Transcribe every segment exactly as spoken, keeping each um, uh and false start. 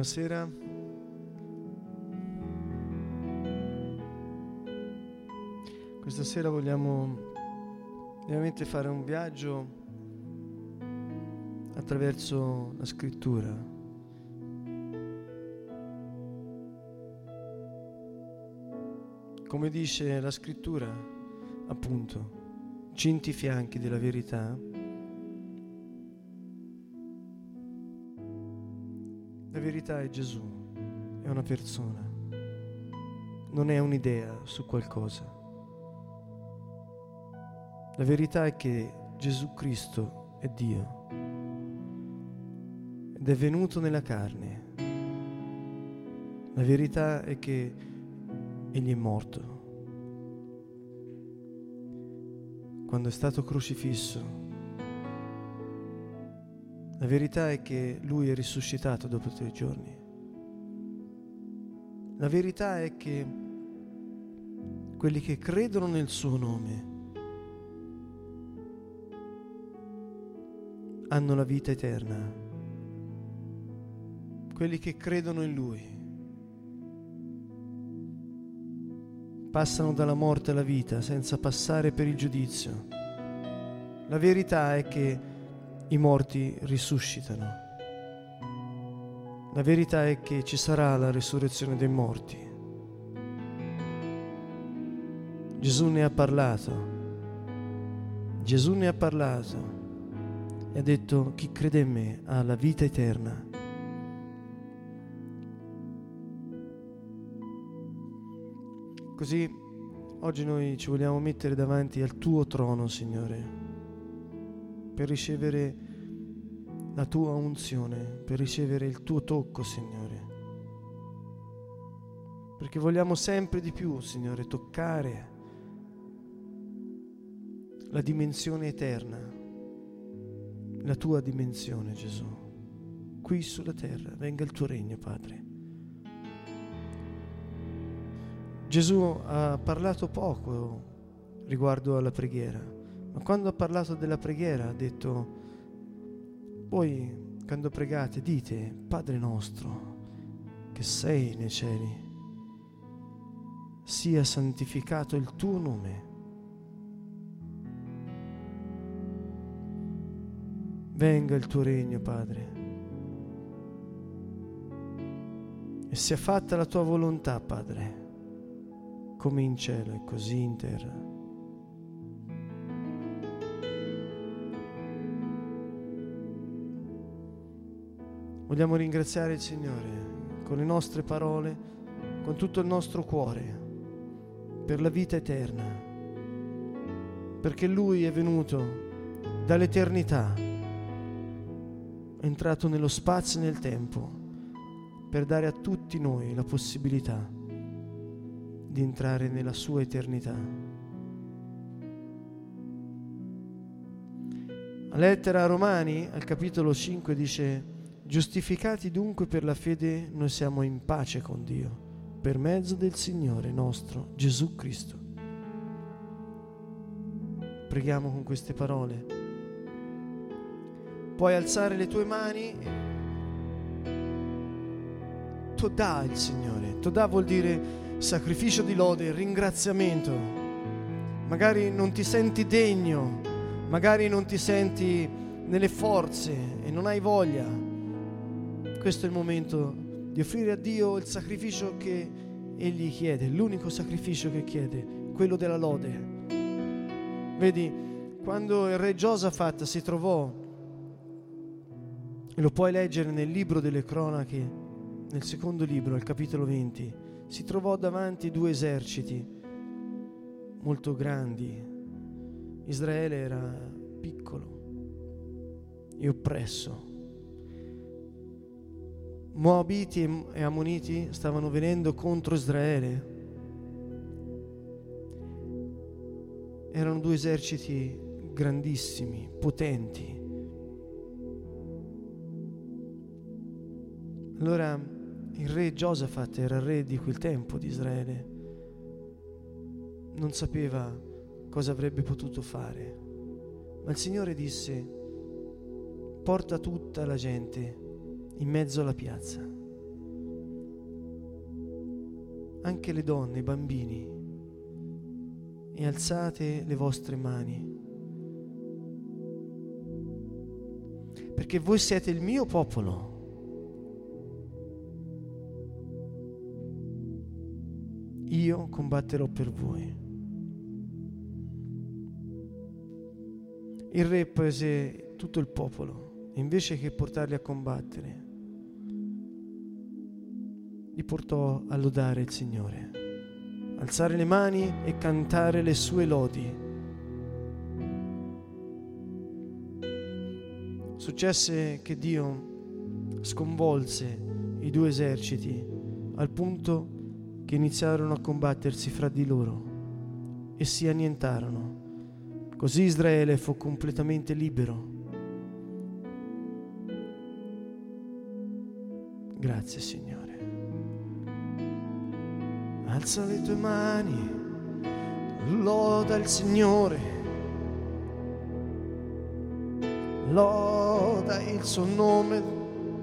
Buonasera. Questa sera vogliamo veramente fare un viaggio attraverso la scrittura. Come dice la scrittura, appunto, cinti i fianchi della verità. La verità è Gesù, è una persona, non è un'idea su qualcosa. La verità è che Gesù Cristo è Dio ed è venuto nella carne. La verità è che Egli è morto. Quando è stato crocifisso, la verità è che Lui è risuscitato dopo tre giorni. La verità è che quelli che credono nel suo nome hanno la vita eterna. Quelli che credono in Lui passano dalla morte alla vita senza passare per il giudizio. La verità è che i morti risuscitano. La verità è che ci sarà la risurrezione dei morti. Gesù ne ha parlato. Gesù ne ha parlato e ha detto: chi crede in me ha la vita eterna. Così oggi noi ci vogliamo mettere davanti al tuo trono, Signore, per ricevere la tua unzione, per ricevere il tuo tocco, Signore. Perché vogliamo sempre di più, Signore, toccare la dimensione eterna, la tua dimensione, Gesù. Qui sulla terra, venga il tuo regno, Padre. Gesù ha parlato poco riguardo alla preghiera, ma quando ha parlato della preghiera ha detto: voi quando pregate dite: Padre nostro che sei nei cieli, sia santificato il tuo nome, venga il tuo regno, Padre, e sia fatta la tua volontà, Padre, come in cielo e così in terra. Vogliamo ringraziare il Signore con le nostre parole, con tutto il nostro cuore, per la vita eterna, perché Lui è venuto dall'eternità, è entrato nello spazio e nel tempo per dare a tutti noi la possibilità di entrare nella sua eternità. La lettera a Romani, al capitolo cinque, dice: giustificati dunque per la fede, noi siamo in pace con Dio, per mezzo del Signore nostro Gesù Cristo. Preghiamo con queste parole. Puoi alzare le tue mani. Todà il Signore. Todà vuol dire sacrificio di lode, ringraziamento. Magari non ti senti degno, magari non ti senti nelle forze e non hai voglia. Questo è il momento di offrire a Dio il sacrificio che Egli chiede, l'unico sacrificio che chiede, quello della lode. Vedi, quando il re Giosafat si trovò, e lo puoi leggere nel libro delle cronache, nel secondo libro, al capitolo venti, si trovò davanti due eserciti molto grandi. Israele era piccolo e oppresso. Moabiti e Ammoniti stavano venendo contro Israele. Erano due eserciti grandissimi, potenti. Allora il re Giosafat era il re di quel tempo di Israele. Non sapeva cosa avrebbe potuto fare, ma il Signore disse: porta tutta la gente in mezzo alla piazza anche le donne, i bambini, e alzate le vostre mani, perché voi siete il mio popolo. Io combatterò per voi. Il re prese tutto il popolo e invece che portarli a combattere, li portò a lodare il Signore, alzare le mani e cantare le sue lodi. Successe che Dio sconvolse i due eserciti al punto che iniziarono a combattersi fra di loro e si annientarono. Così Israele fu completamente libero. Grazie, Signore. Alza le tue mani, loda il Signore, loda il suo nome.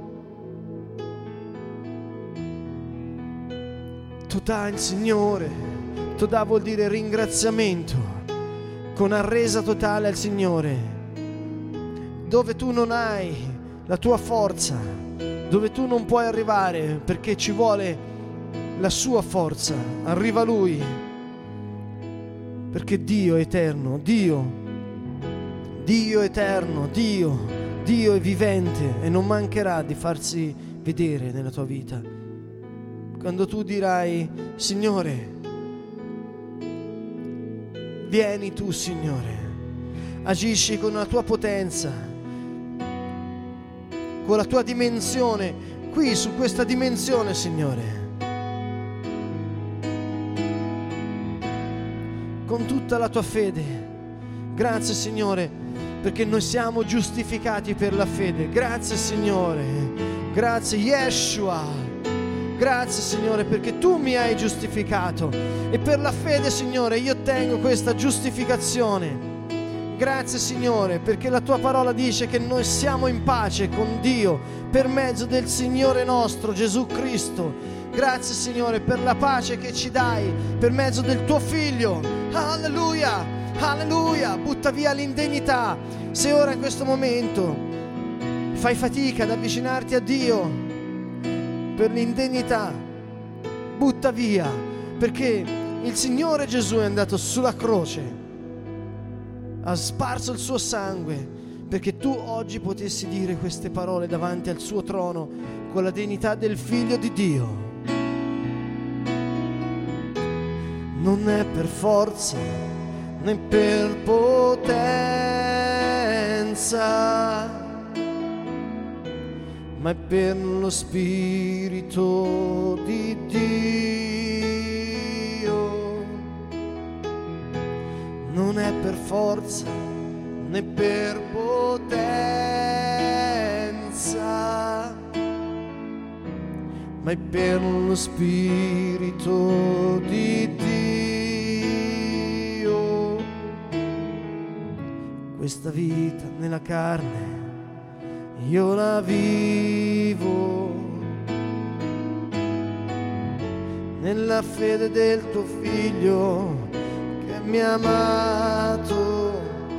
Todà il Signore, Todà vuol dire ringraziamento, con arresa totale al Signore. Dove tu non hai la tua forza, dove tu non puoi arrivare perché ci vuole la sua forza, arriva Lui, perché Dio è eterno, Dio, Dio eterno, Dio, Dio è vivente e non mancherà di farsi vedere nella tua vita. Quando tu dirai: Signore, vieni tu, Signore, agisci con la tua potenza, con la tua dimensione, qui su questa dimensione, Signore, con tutta la tua fede. Grazie, Signore, perché noi siamo giustificati per la fede. Grazie, Signore, grazie Yeshua. Grazie, Signore, perché tu mi hai giustificato e per la fede, Signore, io ottengo questa giustificazione. Grazie, Signore, perché la tua parola dice che noi siamo in pace con Dio per mezzo del Signore nostro Gesù Cristo. Grazie, Signore, per la pace che ci dai per mezzo del tuo Figlio. Alleluia, alleluia. Butta via l'indegnità. Se ora in questo momento fai fatica ad avvicinarti a Dio per l'indegnità, butta via, perché il Signore Gesù è andato sulla croce, ha sparso il suo sangue perché tu oggi potessi dire queste parole davanti al suo trono con la dignità del Figlio di Dio. Non è per forza né per potenza, ma è per lo Spirito di Dio. Non è per forza né per potenza, ma è per lo Spirito di Dio. Questa vita nella carne io la vivo nella fede del tuo Figlio che mi ha amato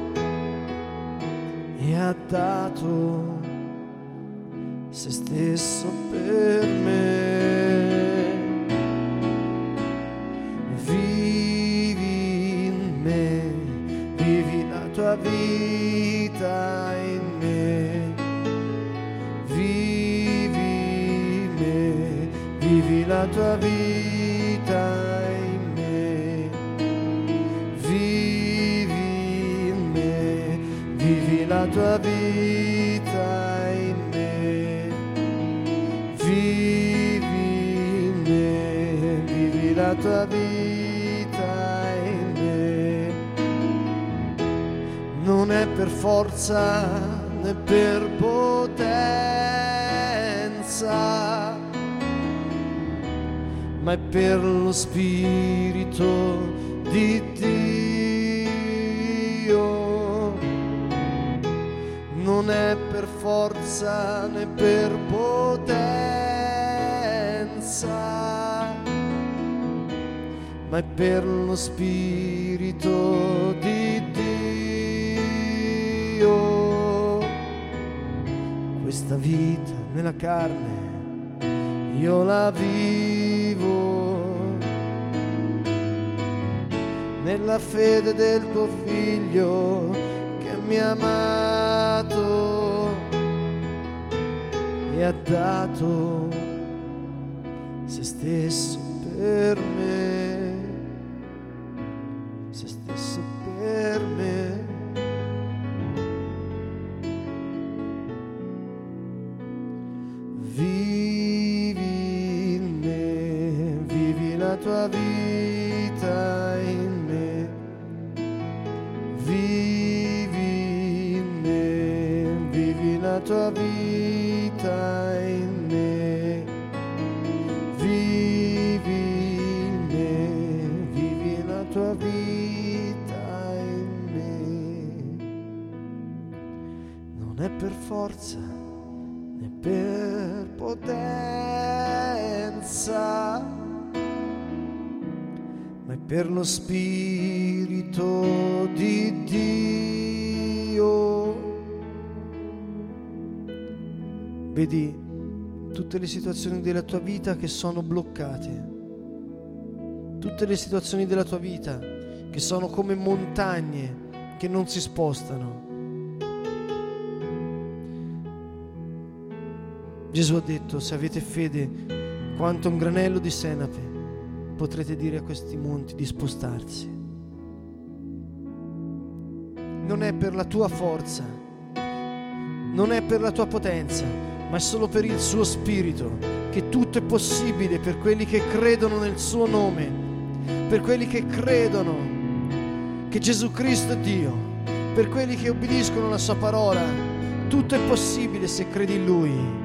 e ha dato se stesso per me. Vivi in me, vivi la tua vita in me. Vivi la tua vita in me, vivi in me, vivi la tua vita in me, vivi in me, vivi la tua vita in me. Non è per forza né per potenza, ma è per lo Spirito di Dio. Non è per forza né per potenza, ma è per lo Spirito di Dio. Questa vita nella carne io la vivo nella fede del tuo Figlio che mi ha amato e ha dato se stesso per me, se stesso per me. Vivi in me, vivi la tua vita in me, vivi in me, vivi la tua vita in me, vivi in me, vivi la tua vita in me. Non è per forza né per potenza, ma è per lo Spirito di Dio. Vedi tutte le situazioni della tua vita che sono bloccate, tutte le situazioni della tua vita che sono come montagne che non si spostano. Gesù ha detto: se avete fede quanto un granello di senape, potrete dire a questi monti di spostarsi. Non è per la tua forza, non è per la tua potenza, ma è solo per il suo Spirito che tutto è possibile per quelli che credono nel suo nome, per quelli che credono che Gesù Cristo è Dio, per quelli che obbediscono alla sua parola. Tutto è possibile se credi in Lui.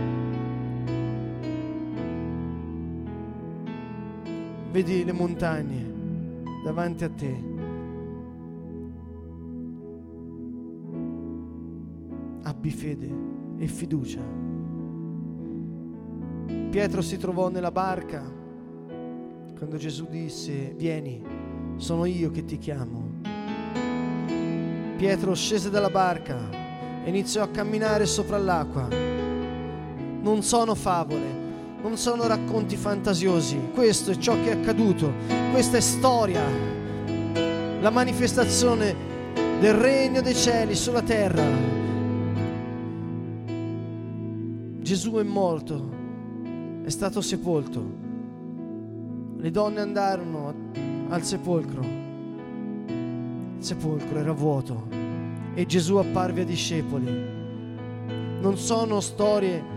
Vedi le montagne davanti a te. Abbi fede e fiducia. Pietro si trovò nella barca quando Gesù disse: vieni, sono io che ti chiamo. Pietro scese dalla barca e iniziò a camminare sopra l'acqua. Non sono favole, non sono racconti fantasiosi, questo è ciò che è accaduto, questa è storia, la manifestazione del regno dei cieli sulla terra. Gesù è morto, è stato sepolto, le donne andarono al sepolcro, il sepolcro era vuoto e Gesù apparve ai discepoli. Non sono storie,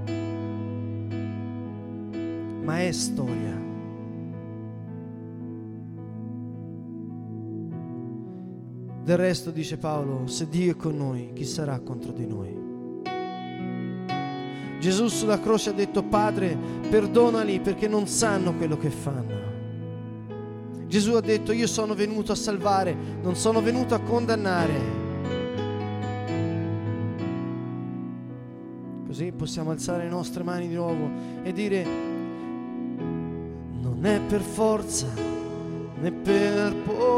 ma è storia. Del resto, dice Paolo, se Dio è con noi, chi sarà contro di noi? Gesù sulla croce ha detto: Padre, perdonali perché non sanno quello che fanno. Gesù ha detto: io sono venuto a salvare, non sono venuto a condannare. Così possiamo alzare le nostre mani di nuovo e dire: non è per forza né per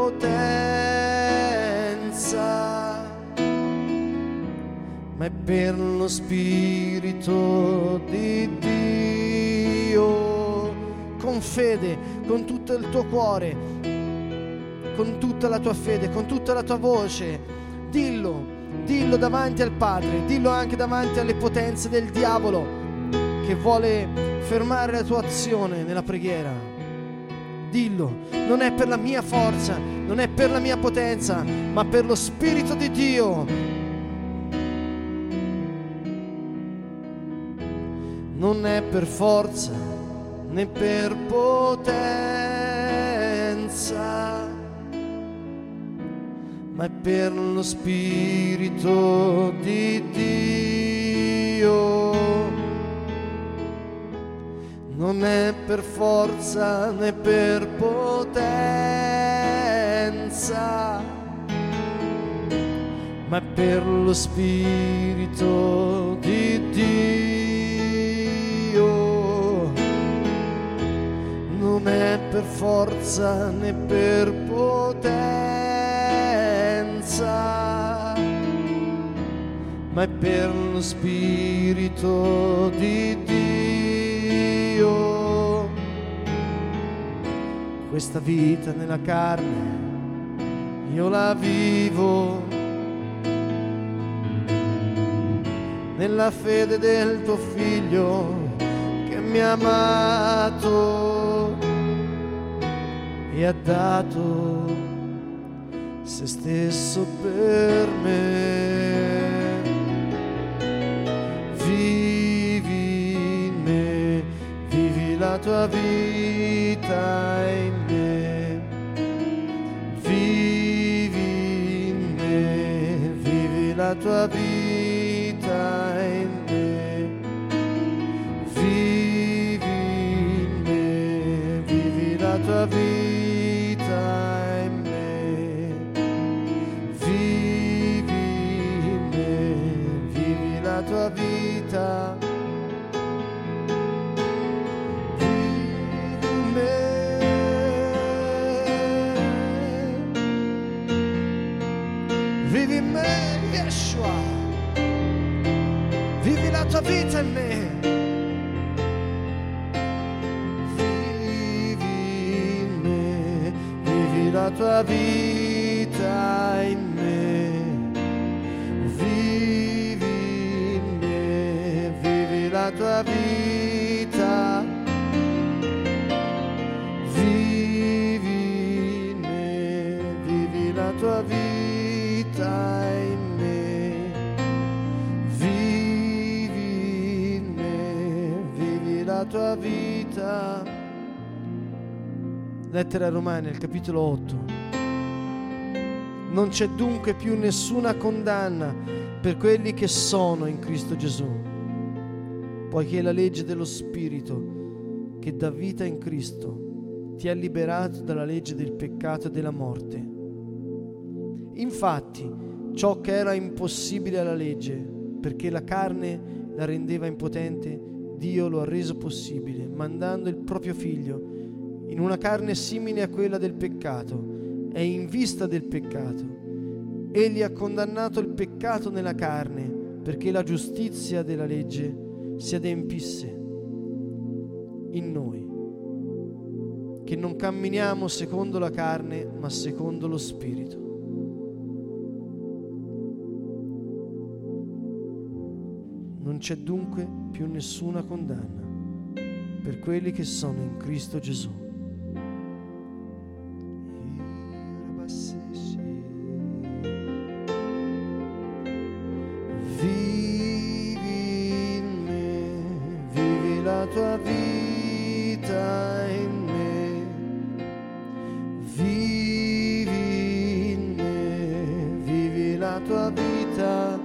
potenza, ma è per lo Spirito di Dio. Con fede, con tutto il tuo cuore, con tutta la tua fede, con tutta la tua voce, dillo, dillo davanti al Padre, dillo anche davanti alle potenze del diavolo che vuole fermare la tua azione nella preghiera. Dillo: non è per la mia forza, non è per la mia potenza, ma per lo Spirito di Dio. Non è per forza né per potenza, ma è per lo Spirito di Dio. Non è per forza né per potenza, ma è per lo Spirito di Dio. Non è per forza né per potenza, ma è per lo Spirito di Dio. Questa vita nella carne io la vivo nella fede del tuo Figlio che mi ha amato e ha dato se stesso per me. Vivi in me, vivi la tua vita in me. Vivi in me, vivi la tua vita in me. Vivi in me, vivi la tua vita in me. Vivi in me, vivi la tua vita. Vivi in me. Vivi in me, Yeshua. Vivi la tua vita in me. Vivi in me, vivi la tua vita in me. Vivi in me, vivi la tua vita. Vivi in me, vivi la tua vita in me. La tua vita. Lettera ai Romani, al capitolo otto. Non c'è dunque più nessuna condanna per quelli che sono in Cristo Gesù, poiché la legge dello Spirito che dà vita in Cristo ti ha liberato dalla legge del peccato e della morte. Infatti, ciò che era impossibile alla legge, perché la carne la rendeva impotente, Dio lo ha reso possibile, mandando il proprio Figlio in una carne simile a quella del peccato e in vista del peccato. Egli ha condannato il peccato nella carne, perché la giustizia della legge si adempisse in noi, che non camminiamo secondo la carne, ma secondo lo Spirito. Non c'è dunque più nessuna condanna per quelli che sono in Cristo Gesù. Vivi in me, vivi la tua vita in me. Vivi in me, vivi la tua vita.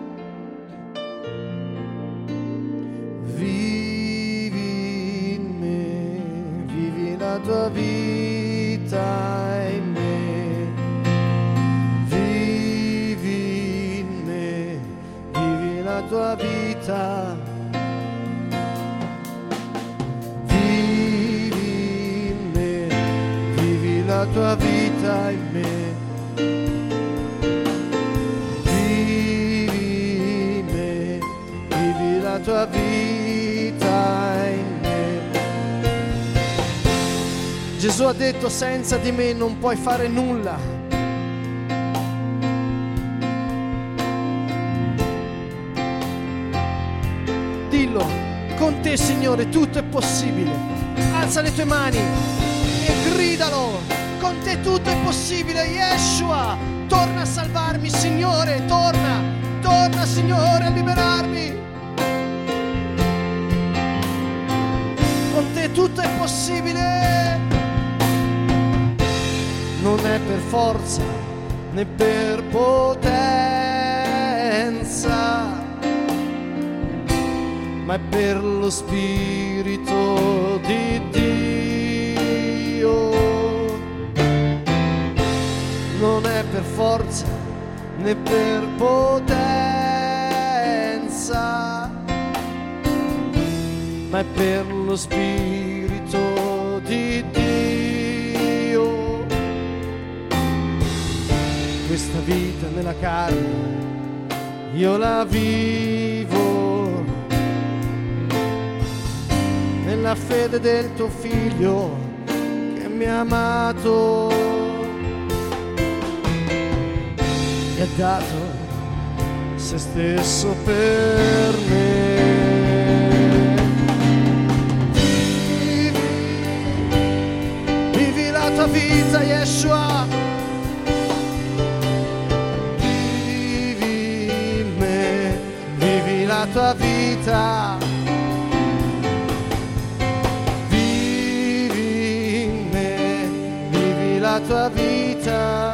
La tua vita in me. Vivi in me, vivi la tua vita. Vivi in me, vivi la tua vita in me. Vivi in me, vivi la tua vita in me. Gesù ha detto: senza di me non puoi fare nulla. Dillo: con te, Signore, tutto è possibile. Alza le tue mani e gridalo: con te tutto è possibile. Yeshua, torna a salvarmi, Signore, torna, torna, Signore, a liberarmi. Con te tutto è possibile. Non è per forza né per potenza, ma è per lo Spirito di Dio. Non è per forza né per potenza, ma è per lo Spirito di Dio. questa vita nella carne, io la vivo nella fede del tuo figlio che mi ha amato e ha dato se stesso per me. Vivi, vivi la tua vita, Yeshua. Vivi in me, vivi la tua vita. Vivi in me, vivi la tua vita.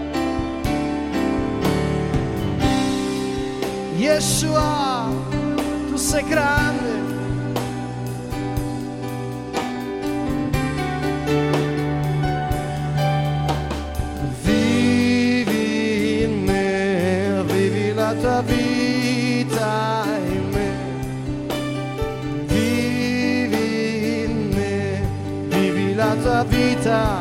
Yeshua, tu sei grande. Vivi in me, vivi la tua vita in me. Vivi in me, vivi la tua vita.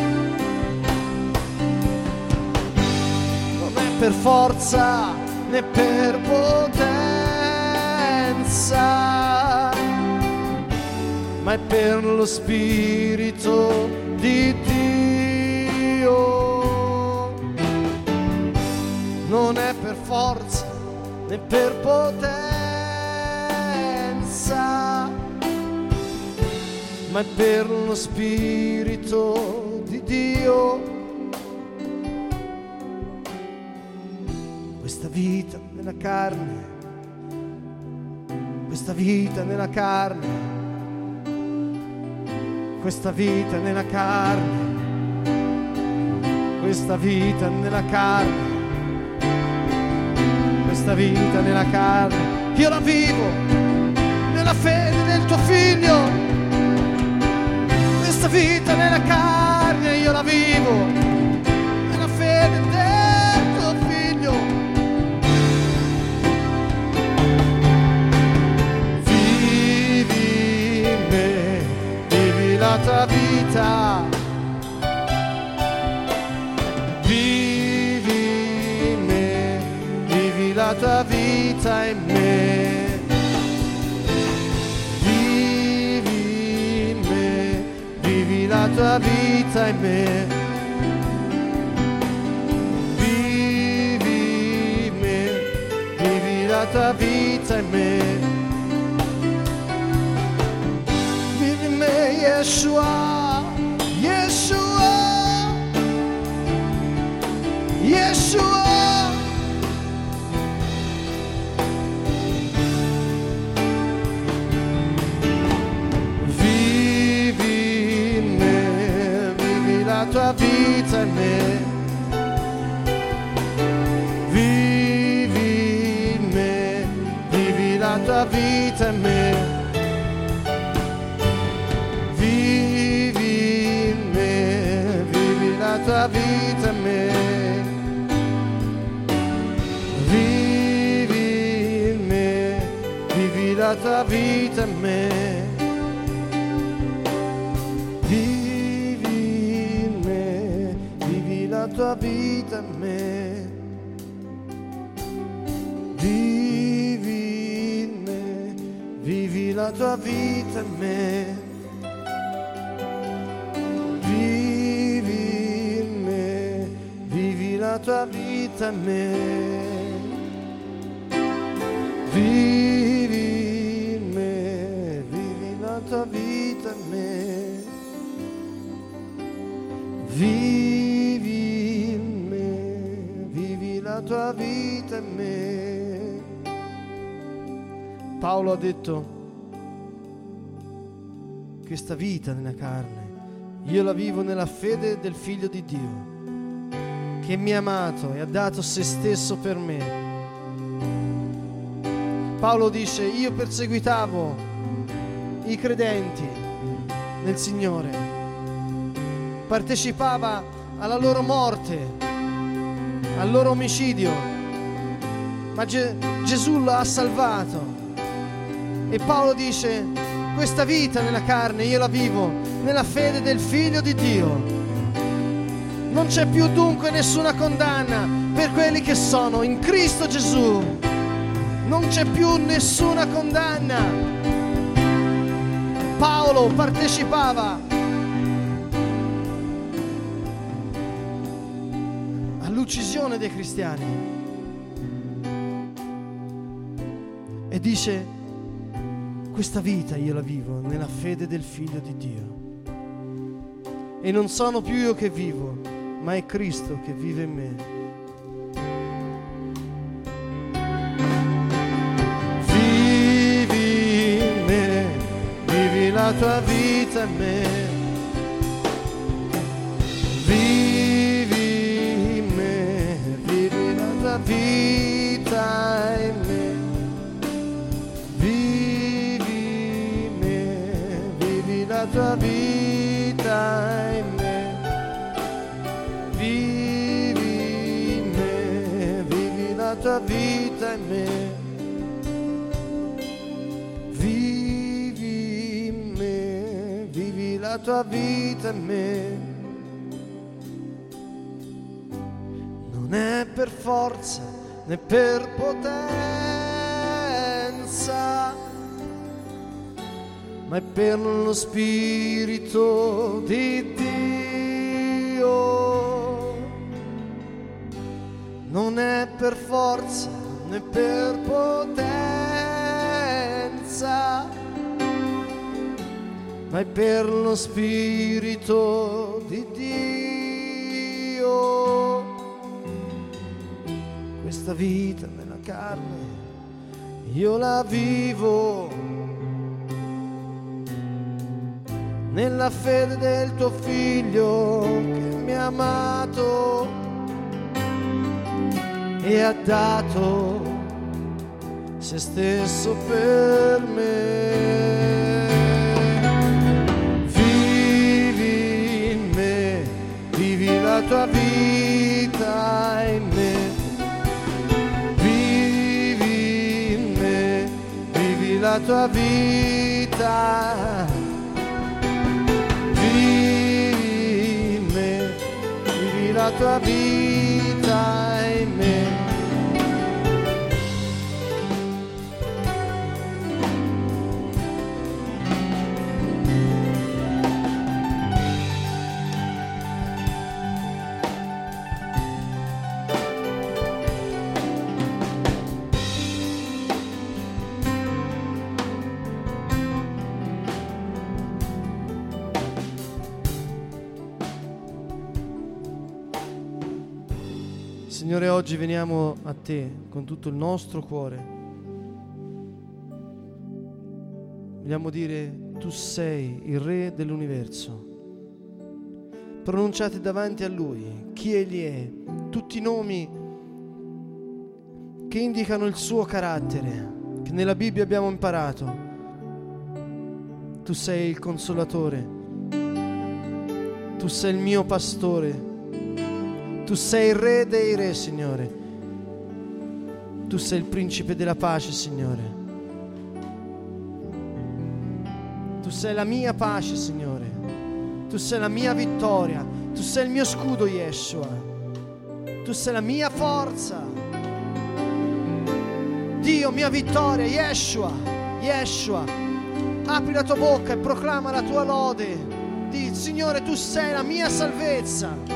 Non è per forza né per potenza, ma è per lo Spirito di Dio. Non è per forza né per potenza, ma è per lo Spirito di Dio. Questa vita nella carne, questa vita nella carne, questa vita nella carne, questa vita nella carne, questa vita nella carne, io la vivo nella fede del tuo figlio. Questa vita nella carne, io la vivo nella fede del tuo figlio. La tua vita, vivi in me, vivi la tua vita in me, vivi in me, vivi la tua vita in me, vivi in me, vivi la tua vita in me. Yeshua, Yeshua, Yeshua. Vivi in me, vivi la tua vita in me. Vivi in me, vivi la tua vita in me. La tua vita in me, vivi in me, vivi la tua vita in me, vivi in me, vivi la tua vita in me, vivi in me, vivi la tua vita in me. La tua vita in me, vivi in me, vivi la tua vita in me, vivi in me, vivi la tua vita in me. Paolo ha detto: questa vita nella carne, io la vivo nella fede del Figlio di Dio, che mi ha amato e ha dato se stesso per me. Paolo dice: io perseguitavo i credenti nel Signore, partecipava alla loro morte, al loro omicidio, ma Ge- Gesù l'ha salvato. E Paolo dice: questa vita nella carne io la vivo nella fede del Figlio di Dio, Non c'è più dunque nessuna condanna per quelli che sono in Cristo Gesù. Non c'è più nessuna condanna. Paolo partecipava all'uccisione dei cristiani e dice: questa vita io la vivo nella fede del Figlio di Dio, e non sono più io che vivo, ma è Cristo che vive in me. Vivi in me, vivi la tua vita in me, vivi in me, vivi la tua vita in me, vivi in me, vivi la tua vita in me. La tua vita in me, vivi in me, vivi la tua vita in me. Non è per forza né per potenza, ma è per lo Spirito di Dio. Non è per forza né per potenza, ma è per lo Spirito di Dio. Questa vita nella carne io la vivo nella fede del tuo Figlio che mi ha amato e ha dato se stesso per me. Vivi in me, vivi la tua vita in me, vivi in me, vivi la tua vita, vivi in me, vivi la tua vita in me. Signore, oggi veniamo a Te con tutto il nostro cuore. Vogliamo dire: Tu sei il Re dell'universo. Pronunciate davanti a Lui chi Egli è, tutti i nomi che indicano il suo carattere, che nella Bibbia abbiamo imparato. Tu sei il Consolatore, Tu sei il mio Pastore, Tu sei il Re dei Re, Signore. Tu sei il Principe della pace, Signore. Tu sei la mia pace, Signore. Tu sei la mia vittoria. Tu sei il mio scudo, Yeshua. Tu sei la mia forza. Dio, mia vittoria, Yeshua. Yeshua. Apri la tua bocca e proclama la tua lode. Di Signore, Tu sei la mia salvezza.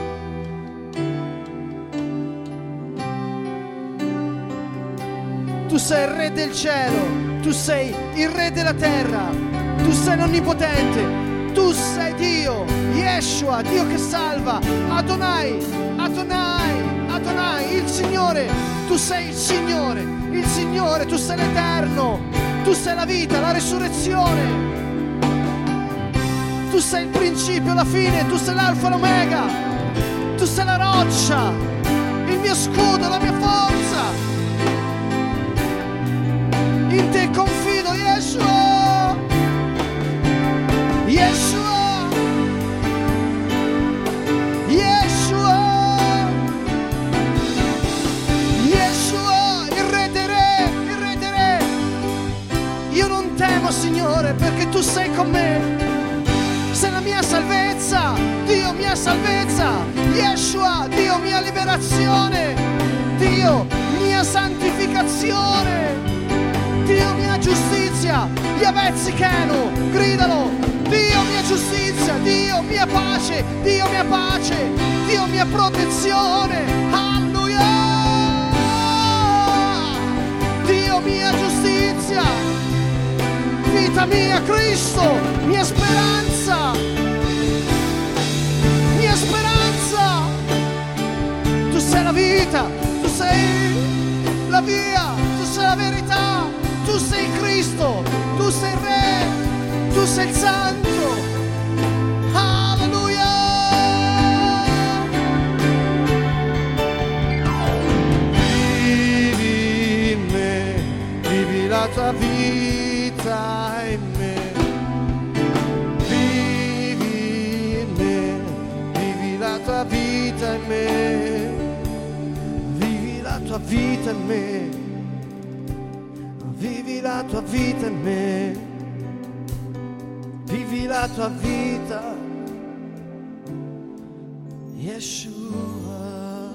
Tu sei il Re del cielo, Tu sei il Re della terra, Tu sei l'Onnipotente, Tu sei Dio, Yeshua, Dio che salva, Adonai, Adonai, Adonai, il Signore. Tu sei il Signore, il Signore, Tu sei l'Eterno, Tu sei la vita, la resurrezione, Tu sei il principio, la fine, Tu sei l'Alfa e l'Omega, Tu sei la roccia, il mio scudo, la mia forza. In Te confido, Yeshua, Yeshua, Yeshua, Yeshua, il Re dei Re, il Re dei Re. Io non temo, Signore, perché Tu sei con me. Sei la mia salvezza, Dio, mia salvezza. Yeshua, Dio mia liberazione, Dio mia santificazione, Dio mia giustizia. Yavetzi Kenu, gridalo. Dio mia giustizia, Dio mia pace, Dio mia pace, Dio mia protezione. Alleluia. Dio mia giustizia, vita mia Cristo, mia speranza, mia speranza. Tu sei la vita, tu sei la via, tu sei la verità, tu sei Cristo, tu sei il Re, tu sei il Santo. Alleluia. Vivi in me, vivi la tua vita in me. Vivi in me, vivi la tua vita in me. Vivi la tua vita in me. Vivi la tua vita in me. Vivi la tua vita, Yeshua.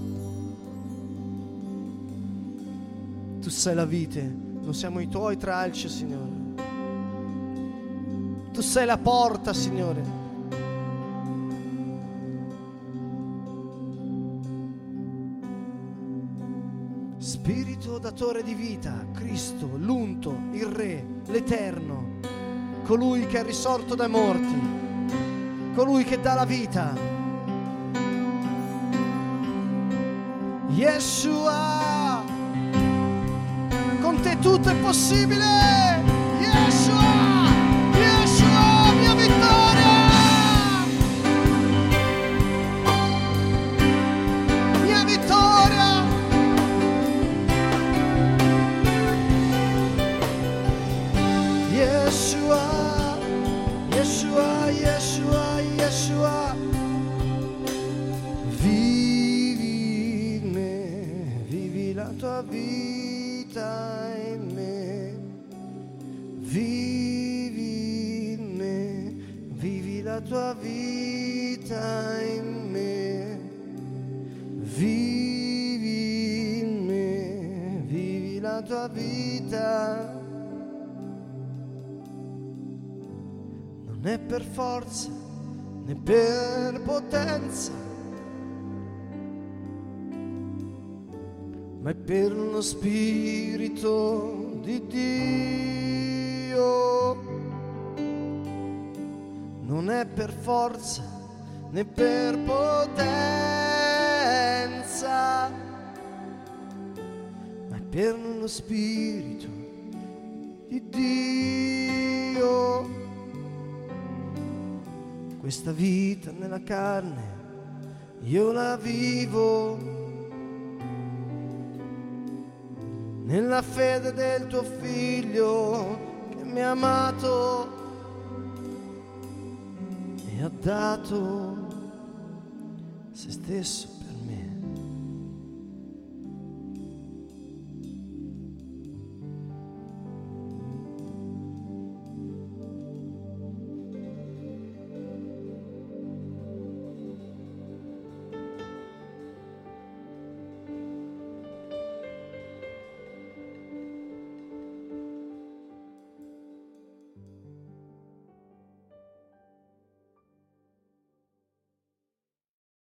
Tu sei la vite, non siamo i tuoi tralci, Signore. Tu sei la porta, Signore. Spirito datore di vita, Cristo, l'unto, il Re, l'Eterno, colui che è risorto dai morti, colui che dà la vita. Yeshua, con te tutto è possibile. Yeshua, Yeshua, mia vittoria, mia vittoria. Yeshua, Yeshua, Yeshua, Yeshua. Vivi in me, vivi la tua vita in me. Vivi in me, vivi la tua vita in me. Vivi in me, vivi la tua vita. Non è per forza né per potenza, ma è per lo Spirito di Dio. Non è per forza né per potenza, ma è per lo Spirito di Dio. Questa vita nella carne io la vivo nella fede del tuo Figlio che mi ha amato e ha dato se stesso